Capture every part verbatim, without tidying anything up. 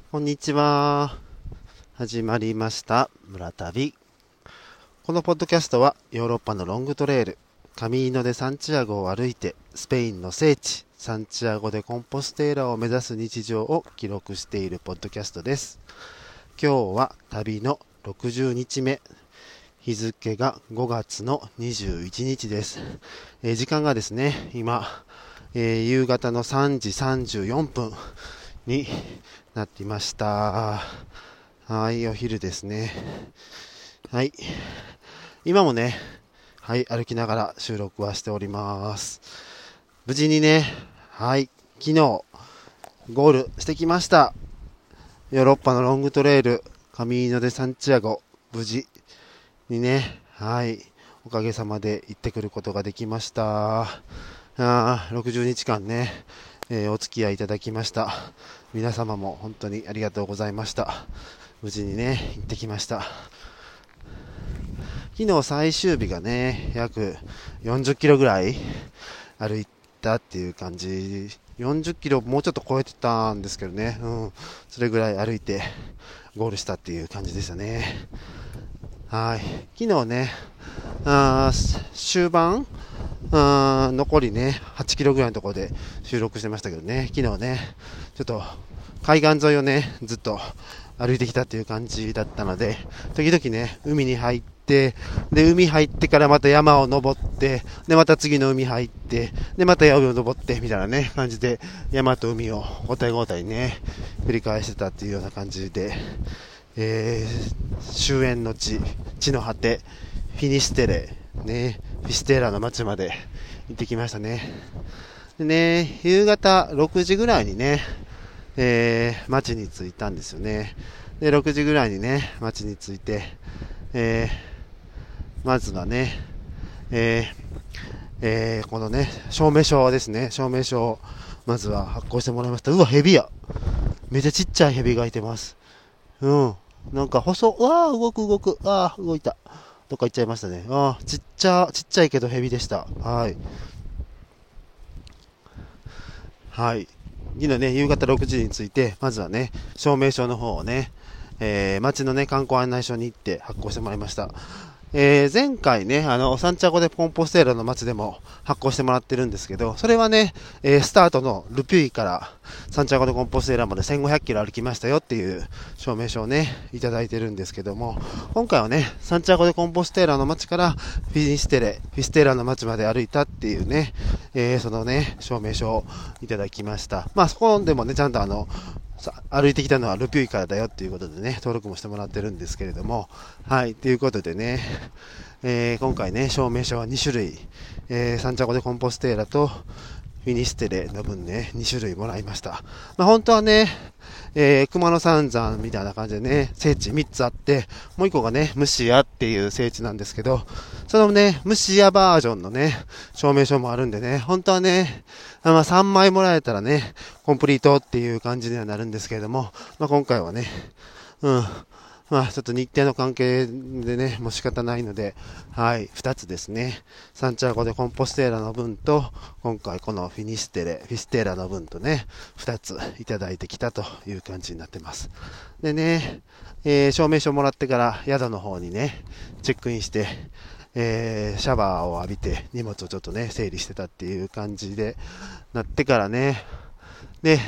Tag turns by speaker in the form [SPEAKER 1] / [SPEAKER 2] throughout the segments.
[SPEAKER 1] こんにちは。始まりました村旅。このポッドキャストはヨーロッパのロングトレイルカミーノ・デ・サンチアゴを歩いてスペインの聖地サンチアゴ・デ・コンポステーラを目指す日常を記録しているポッドキャストです。今日は旅のろくじゅうにちめ、日付がごがつのにじゅういちにちです。えー、時間がですね今、えー、夕方のさんじさんじゅうよんぷんになっていました。はい、お昼ですね。はい、今もね、はい、歩きながら収録はしております。無事にね、はい、昨日ゴールしてきました。ヨーロッパのロングトレイルカミーノ・デ・サンチアゴ、無事にね、はい、おかげさまで行ってくることができました。あろくじゅうにちかんね、えー、お付き合いいただきました。皆様も本当にありがとうございました。無事にね、行ってきました。昨日最終日がね、約よんじゅっキロぐらい歩いたっていう感じ。よんじゅっキロもうちょっと超えてたんですけどね、うん、それぐらい歩いてゴールしたっていう感じでしたね。はい、昨日ね、あ終盤あ残りねはちキロぐらいのところで収録してましたけどね、昨日ねちょっと海岸沿いをねずっと歩いてきたっていう感じだったので、時々ね海に入ってで海入ってからまた山を登ってでまた次の海入ってでまた山を登ってみたいなね感じで山と海を交代交代にね繰り返してたっていうような感じで、えー、終焉の地地の果てフィニステレね、フィステーラの町まで行ってきましたね。でね、夕方ろくじぐらいにね、えー、町に着いたんですよね。で、ろくじぐらいにね、町に着いて、えー、まずはね、えーえー、このね、証明書ですね、証明書をまずは発行してもらいました。うわ、ヘビや。めっちゃちっちゃいヘビがいてます。うん。なんか細、うわー、動く動く。あー、動いた。どっか行っちゃいましたね。ああ、ちっちゃ、ちっちゃいけどヘビでした。はい。はい。昨日ね、夕方ろくじに着いて、まずはね、証明書の方をね、えー、街のね、観光案内所に行って発行してもらいました。えー、前回ね、あの、サンチャゴでコンポステーラの街でも発行してもらってるんですけど、それはね、えー、スタートのルピュイからサンチャゴでコンポステーラまでせんごひゃくキロ歩きましたよっていう証明書をね、いただいてるんですけども、今回はね、サンチャゴでコンポステーラの街からフィニステレ、フィステーラの街まで歩いたっていうね、えー、そのね、証明書をいただきました。まあ、そこでもね、ちゃんとあの、歩いてきたのはルピュイからだよっていうことでね、登録もしてもらってるんですけれども、はい、ということでね、えー、今回ね、証明書はにしゅるい、えー、サンチャゴでコンポステーラとフィニステレの分ね、にしゅるいもらいました。まあ、本当はね、えー、熊野三山みたいな感じでね、聖地みっつあって、もういっこがね、ムシヤっていう聖地なんですけど、そのね、ムシヤバージョンのね、証明書もあるんでね、本当はね、まあ、さんまいもらえたらね、コンプリートっていう感じにはなるんですけれども、まあ、今回はね、うん、まあ、ちょっと日程の関係でね、もう仕方ないので、はい、ふたつですね。サンチャゴでコンポステーラの分と、今回このフィニステレ、フィステーラの分とね、ふたついただいてきたという感じになってます。でね、えー、証明書もらってから宿の方にね、チェックインして、えー、シャワーを浴びて荷物をちょっとね、整理してたっていう感じでなってからね、で、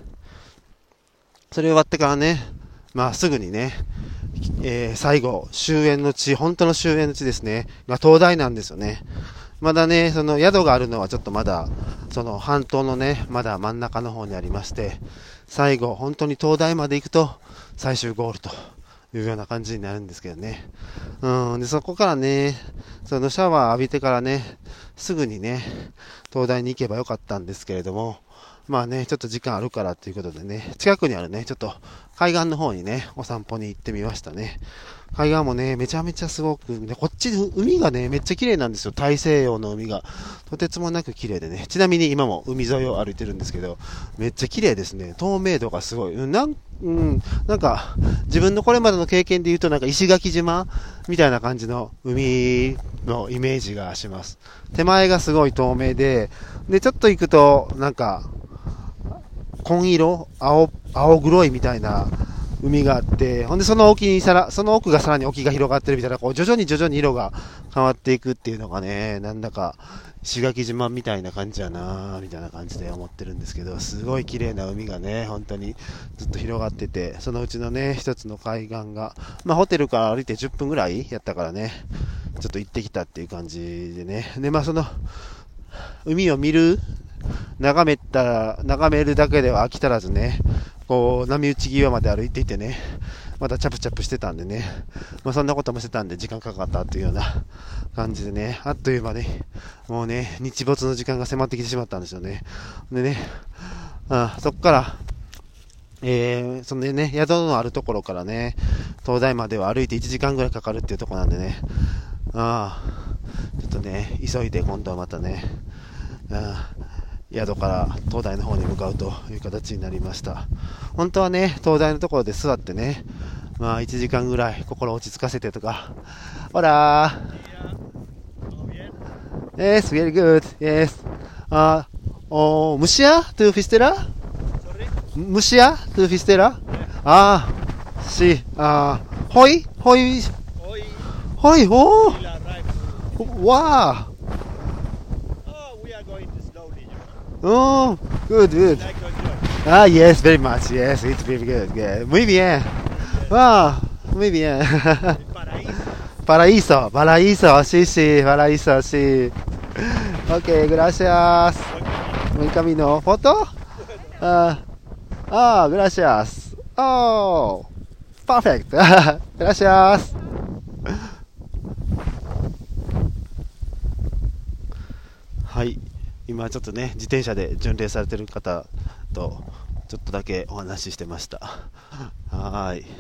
[SPEAKER 1] それ終わってからね、まあすぐにね、えー、最後、終焉の地、本当の終焉の地ですね、が灯台なんですよね。まだね、その宿があるのはちょっとまだ、その半島のね、まだ真ん中の方にありまして、最後、本当に灯台まで行くと、最終ゴールというような感じになるんですけどね。うん、で、そこからね、そのシャワー浴びてからね、すぐにね、灯台に行けばよかったんですけれども、まあね、ちょっと時間あるからということでね、近くにあるね、ちょっと海岸の方にね、お散歩に行ってみましたね。海岸もね、めちゃめちゃすごく、ね、こっち、海がね、めっちゃ綺麗なんですよ。大西洋の海が。とてつもなく綺麗でね。ちなみに今も海沿いを歩いてるんですけど、めっちゃ綺麗ですね。透明度がすごい。うん、なん、うん、なんか、自分のこれまでの経験で言うと、なんか石垣島みたいな感じの海のイメージがします。手前がすごい透明で、で、ちょっと行くと、なんか、 紺色、青、青黒いみたいな海があって、ほんでその沖にさら、その奥がさらに沖が広がってるみたいな、こう徐々に徐々に色が変わっていくっていうのがね、なんだか石垣島みたいな感じやなみたいな感じで思ってるんですけど、すごい綺麗な海がね、本当にずっと広がってて、そのうちのね、一つの海岸が、まあホテルから歩いてじゅっぷんぐらいやったからね、ちょっと行ってきたっていう感じでね。で、まあその、海を見る、眺めたら、眺めるだけでは飽き足らずね、こう、波打ち際まで歩いていてね、またチャプチャプしてたんでね、まあそんなこともしてたんで時間かかったっていうような感じでね、あっという間に、もうね、日没の時間が迫ってきてしまったんですよね。でね、あそこから、えー、そのね、宿のあるところからね、東大までは歩いていちじかんぐらいかかるっていうところなんでね、ああ、ちょっとね、急いで今度はまたね、あ宿から東大の方に向かうという形になりました。本当はね、東大のところで座ってね、まあいちじかんぐらい心落ち着かせてとか、ほらー、Yes, very good, yes. あ、お、Musia to Fistera? Musia to Fistera? あ、si, あ、Hoi, Hoi, Hoi, oh, wow. Oh, good, good. Ah, yes, very much. Yes, it's very good. Yeah. Muy bien. Wow, muy bien. Paraíso, paraíso, sí, sí, paraíso, sí. Ok, gracias. Buen camino. ¿Foto? Ah, ah, gracias. Oh, perfect. Gracias. はい。今ちょっとね、自転車で巡礼されてる方とちょっとだけお話ししてました。はーい。い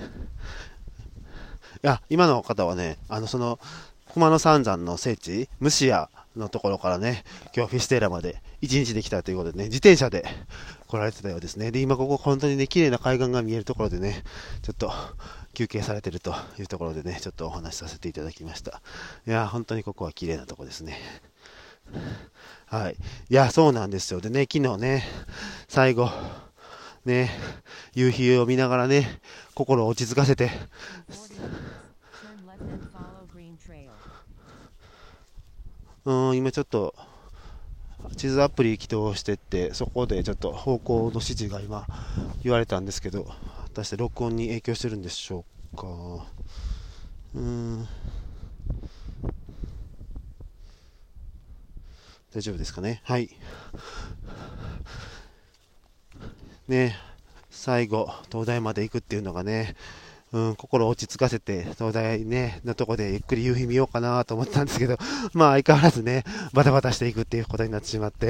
[SPEAKER 1] や、今の方はね、あの、その、熊野三山の聖地、ムシアのところからね、今日フィステーラまでいちにちで来たということでね、自転車で来られてたようですね。で、今ここ本当にね、綺麗な海岸が見えるところでね、ちょっと休憩されてるというところでね、ちょっとお話しさせていただきました。いや、本当にここは綺麗なところですね。はい。いや、そうなんですよ。でね、昨日ね、最後、ね、夕日を見ながらね、心を落ち着かせて、うん、今ちょっと、地図アプリ起動してって、そこでちょっと方向の指示が今言われたんですけど、果たして録音に影響してるんでしょうか。うーん。大丈夫ですかね。はい。ね、最後、東大まで行くっていうのがね、うん、心を落ち着かせて、東大ね、のとこでゆっくり夕日見ようかなと思ったんですけど、まあ相変わらずね、バタバタしていくっていうことになってしまって、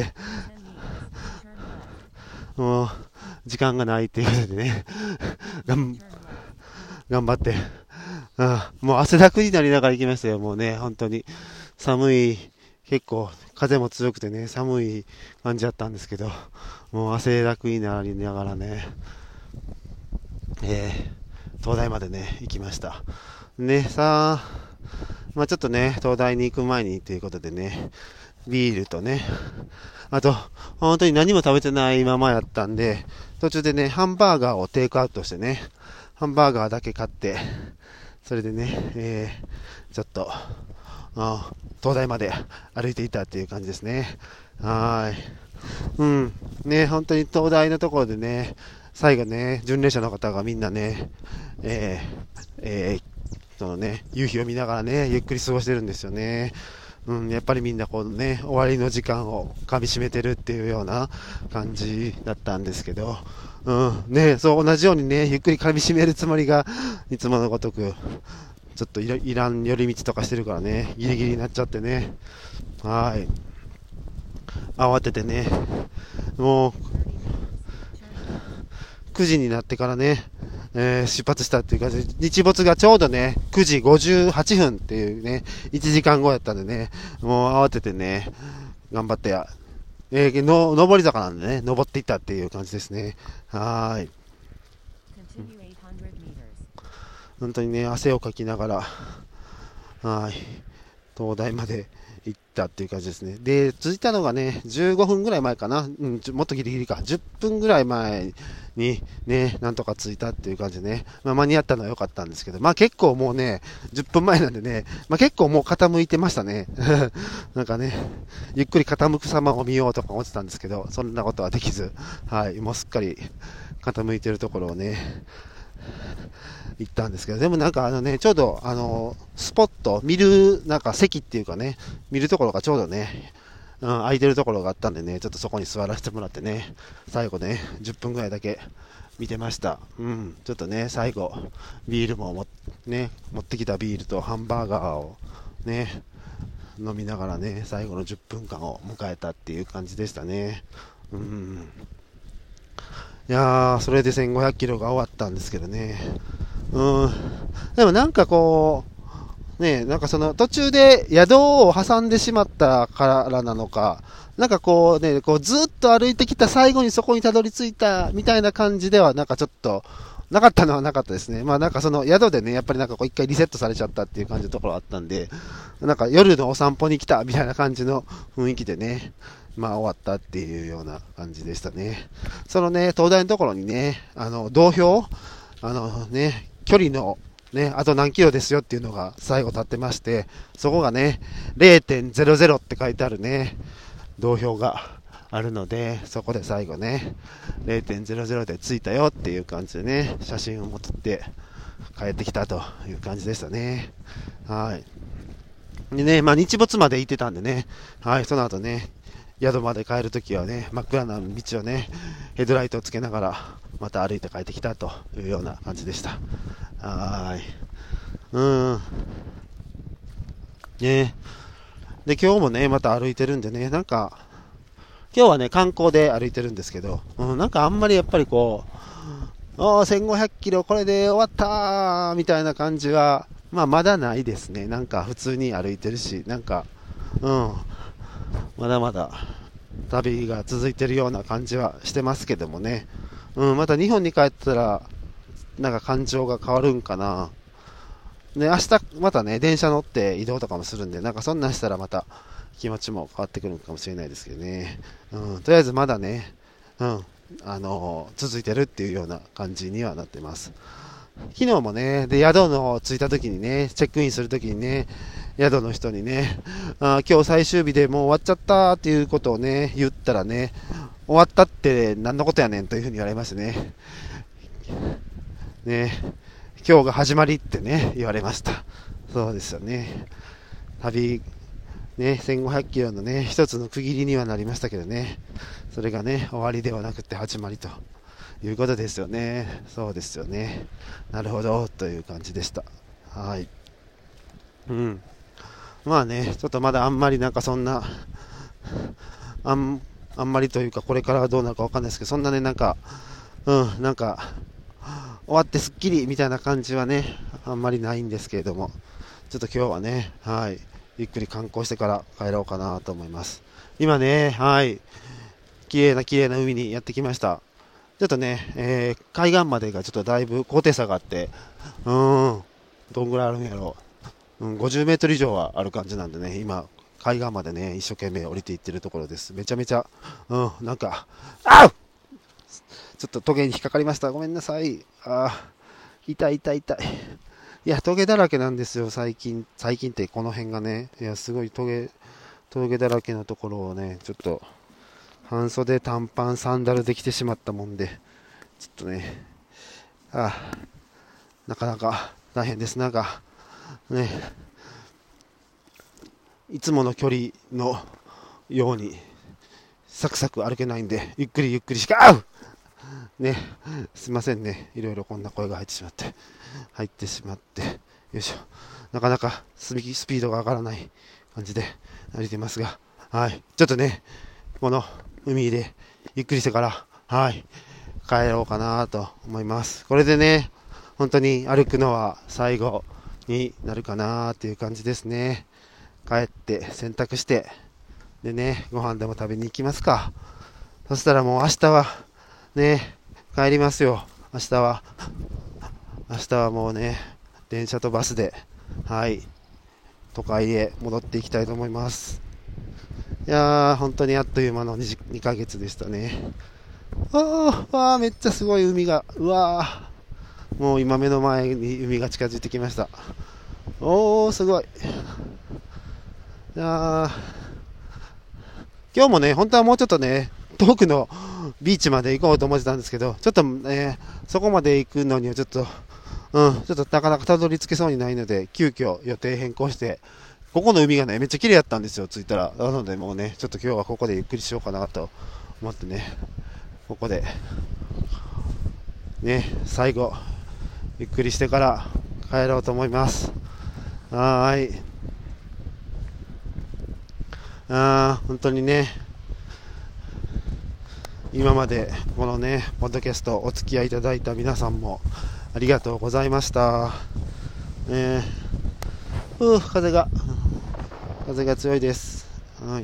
[SPEAKER 1] もう、時間がないっていうことでね、頑頑張って、うん、もう汗だくになりながら行きましたよ、もうね、本当に。寒い、結構風も強くてね、寒い感じだったんですけど、もう汗だくになりながらね、えー、東大までね、行きました。ね、さあ、まあちょっとね、東大に行く前にということでね、ビールとね、あと、本当に何も食べてないままやったんで、途中でね、ハンバーガーをテイクアウトしてね、ハンバーガーだけ買って、それでね、えー、ちょっと、あ東大まで歩いていたっていう感じですね。はい。うん。ね、本当に東大のところでね、最後ね、巡礼者の方がみんなね、えー、えー、そのね、夕日を見ながらね、ゆっくり過ごしてるんですよね。うん、やっぱりみんなこうね、終わりの時間をかみしめてるっていうような感じだったんですけど、うん、ね、そう同じようにね、ゆっくりかみしめるつもりが、いつものごとく、ちょっといらいらん寄り道とかしてるからね、ギリギリになっちゃってね、はい。慌ててね、もう、くじになってからね、えー、出発したっていうか、日没がちょうどね、くじごじゅうはっぷんっていうね、いちじかんごやったんでね、もう慌ててね、頑張ってや、えー、の、上り坂なんでね、登っていったっていう感じですね。はーい。本当にね、汗をかきながら、はい、東大まで行ったっていう感じですね。で、着いたのがね、じゅうごふんぐらい前かな。うん、もっとギリギリか。じゅっぷんぐらい前にね、なんとか着いたっていう感じでね。まあ、間に合ったのは良かったんですけど、まあ結構もうね、じゅっぷんまえなんでね、まあ結構もう傾いてましたね。なんかね、ゆっくり傾く様を見ようとか思ってたんですけど、そんなことはできず、はい、もうすっかり傾いてるところをね、行ったんですけど、でもなんかあのね、ちょうどあの、スポット、見る、なんか席っていうかね、見るところがちょうどね、うん、空いてるところがあったんでね、ちょっとそこに座らせてもらってね、最後ね、じゅっぷんぐらいだけ見てました。うん、ちょっとね、最後、ビールもも、ね、持ってきたビールとハンバーガーをね、飲みながらね、最後のじゅっぷんかんを迎えたっていう感じでしたね。うん。いやー、それでせんごひゃくキロが終わったんですけどね。うん。でもなんかこう、ね、なんかその途中で宿を挟んでしまったからなのか、なんかこうね、こうずっと歩いてきた最後にそこにたどり着いたみたいな感じではなんかちょっと、なかったのはなかったですね。まあなんかその宿でね、やっぱりなんかこう一回リセットされちゃったっていう感じのところあったんで、なんか夜のお散歩に来たみたいな感じの雰囲気でね、まあ終わったっていうような感じでしたね。そのね、東大のところにね、あの、道標あのね、距離のね、あと何キロですよっていうのが最後立ってまして、そこがね、れいてんゼロゼロ って書いてあるね、道標があるので、そこで最後ね、れいてんゼロゼロ で着いたよっていう感じでね、写真を持って帰ってきたという感じでしたね。はい。でね、まあ日没まで行ってたんでね、はい、その後ね、宿まで帰るときはね、真っ暗な道をね、ヘッドライトをつけながら、また歩いて帰ってきたというような感じでした。はーい。うん。ねで、今日もね、また歩いてるんでね、なんか、今日はね、観光で歩いてるんですけど、うん、なんかあんまりやっぱりこう、おー、せんごひゃくキロこれで終わったーみたいな感じは、まあまだないですね。なんか普通に歩いてるし、なんか、うん、まだまだ旅が続いてるような感じはしてますけどもね。うん、また日本に帰ったら、なんか感情が変わるんかな。ね、明日またね、電車乗って移動とかもするんで、なんかそんなんしたらまた気持ちも変わってくるかもしれないですけどね。うん、とりあえずまだね、うん、あのー、続いてるっていうような感じにはなってます。昨日もね、で、宿の着いた時にね、チェックインする時にね、宿の人にね、あ今日最終日でもう終わっちゃったっていうことをね、言ったらね、終わったって何のことやねんというふうに言われましてね。ね、今日が始まりってね、言われました。そうですよね。旅、ね、せんごひゃくキロのね、一つの区切りにはなりましたけどね、それがね、終わりではなくて始まりということですよね。そうですよね。なるほど、という感じでした。はい。うん。まあね、ちょっとまだあんまりなんかそんな、あん、あんまりというか、これからはどうなるかわかんないですけど、そんなね、なんか、うん、なんか、終わってすっきりみたいな感じはね、あんまりないんですけれども、ちょっと今日はね、はい、ゆっくり観光してから帰ろうかなと思います。今ね、はい、綺麗な綺麗な海にやってきました。ちょっとね、えー、海岸までがちょっとだいぶ高低差があって、うーん、どんぐらいあるんやろう、うん、ごじゅうメートル以上はある感じなんでね、今、海岸までね、一生懸命降りていってるところです。めちゃめちゃ、うん、なんか、あうちょっとトゲに引っかかりました。ごめんなさい。あ痛い痛い痛い。いや、トゲだらけなんですよ、最近。最近ってこの辺がね。いや、すごいトゲ、トゲだらけのところをね、ちょっと、半袖短パンサンダルできてしまったもんで、ちょっとね、あなかなか大変です。なんか、ね、いつもの距離のように、サクサク歩けないんで、ゆっくりゆっくりしか、あうね、すいませんね。いろいろこんな声が入ってしまって、入ってしまって、よいしょ。なかなかスピードが上がらない感じで歩いてますが、はい。ちょっとね、この海でゆっくりしてから、はい、帰ろうかなと思います。これでね、本当に歩くのは最後になるかなっていう感じですね。帰って洗濯して、でね、ご飯でも食べに行きますか。そしたらもう明日は、ね、帰りますよ。明日は。明日はもうね、電車とバスで、はい、 都会へ戻っていきたいと思います。いやー、本当にあっという間の 2, にかげつでしたね。あー、わー、めっちゃすごい海が、うわー、もう今目の前に海が近づいてきました。おー、すごい。いやー、今日もね、本当はもうちょっとね、遠くのビーチまで行こうと思ってたんですけど、ちょっとね、そこまで行くのにはちょっと、うん、ちょっとなかなかたどり着けそうにないので、急遽予定変更して、ここの海がね、めっちゃ綺麗だったんですよ、着いたら。なのでもうね、ちょっと今日はここでゆっくりしようかなと思ってね、ここで、ね、最後、ゆっくりしてから帰ろうと思います。はーい。あー、本当にね、今までこのね、ポッドキャストお付き合いいただいた皆さんもありがとうございました。ね、うー、風が、風が強いです。はい。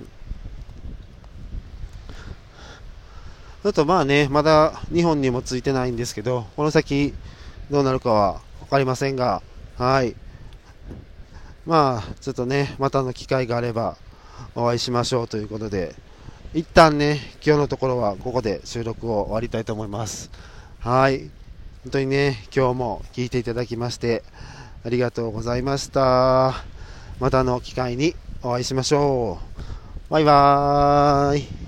[SPEAKER 1] ちょっとまあね、まだ日本にもついてないんですけど、この先どうなるかは分かりませんが、はい。まあ、ちょっとね、またの機会があればお会いしましょうということで、一旦ね、今日のところはここで収録を終わりたいと思います。はい。本当にね、今日も聞いていただきましてありがとうございました。またの機会にお会いしましょう。バイバーイ。